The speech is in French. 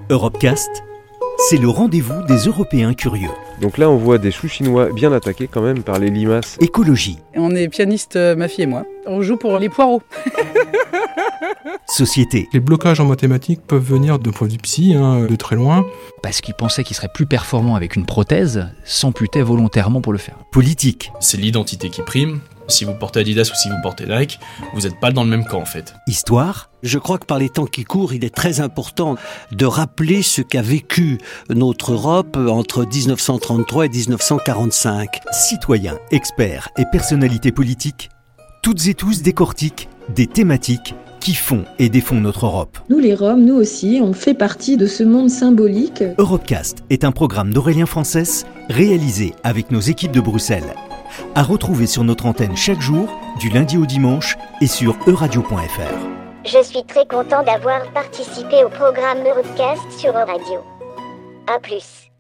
Europecast, c'est le rendez-vous des Européens curieux. Donc là, on voit des choux chinois bien attaqués quand même par les limaces. Écologie. On est pianiste, ma fille et moi. On joue pour les poireaux. Société. Les blocages en mathématiques peuvent venir de point de vue psy, de très loin. Parce qu'ils pensaient qu'ils seraient plus performants avec une prothèse, s'amputaient volontairement pour le faire. Politique. C'est l'identité qui prime. Si vous portez Adidas ou si vous portez Nike, vous n'êtes pas dans le même camp en fait. Histoire. Je crois que par les temps qui courent, il est très important de rappeler ce qu'a vécu notre Europe entre 1933 et 1945. Citoyens, experts et personnalités politiques, toutes et tous décortiquent des thématiques qui font et défont notre Europe. Nous les Roms, nous aussi, on fait partie de ce monde symbolique. Europecast est un programme d'Aurélien Frances réalisé avec nos équipes de Bruxelles. À retrouver sur notre antenne chaque jour, du lundi au dimanche et sur euradio.fr. Je suis très content d'avoir participé au programme Europecast sur Euradio. A plus.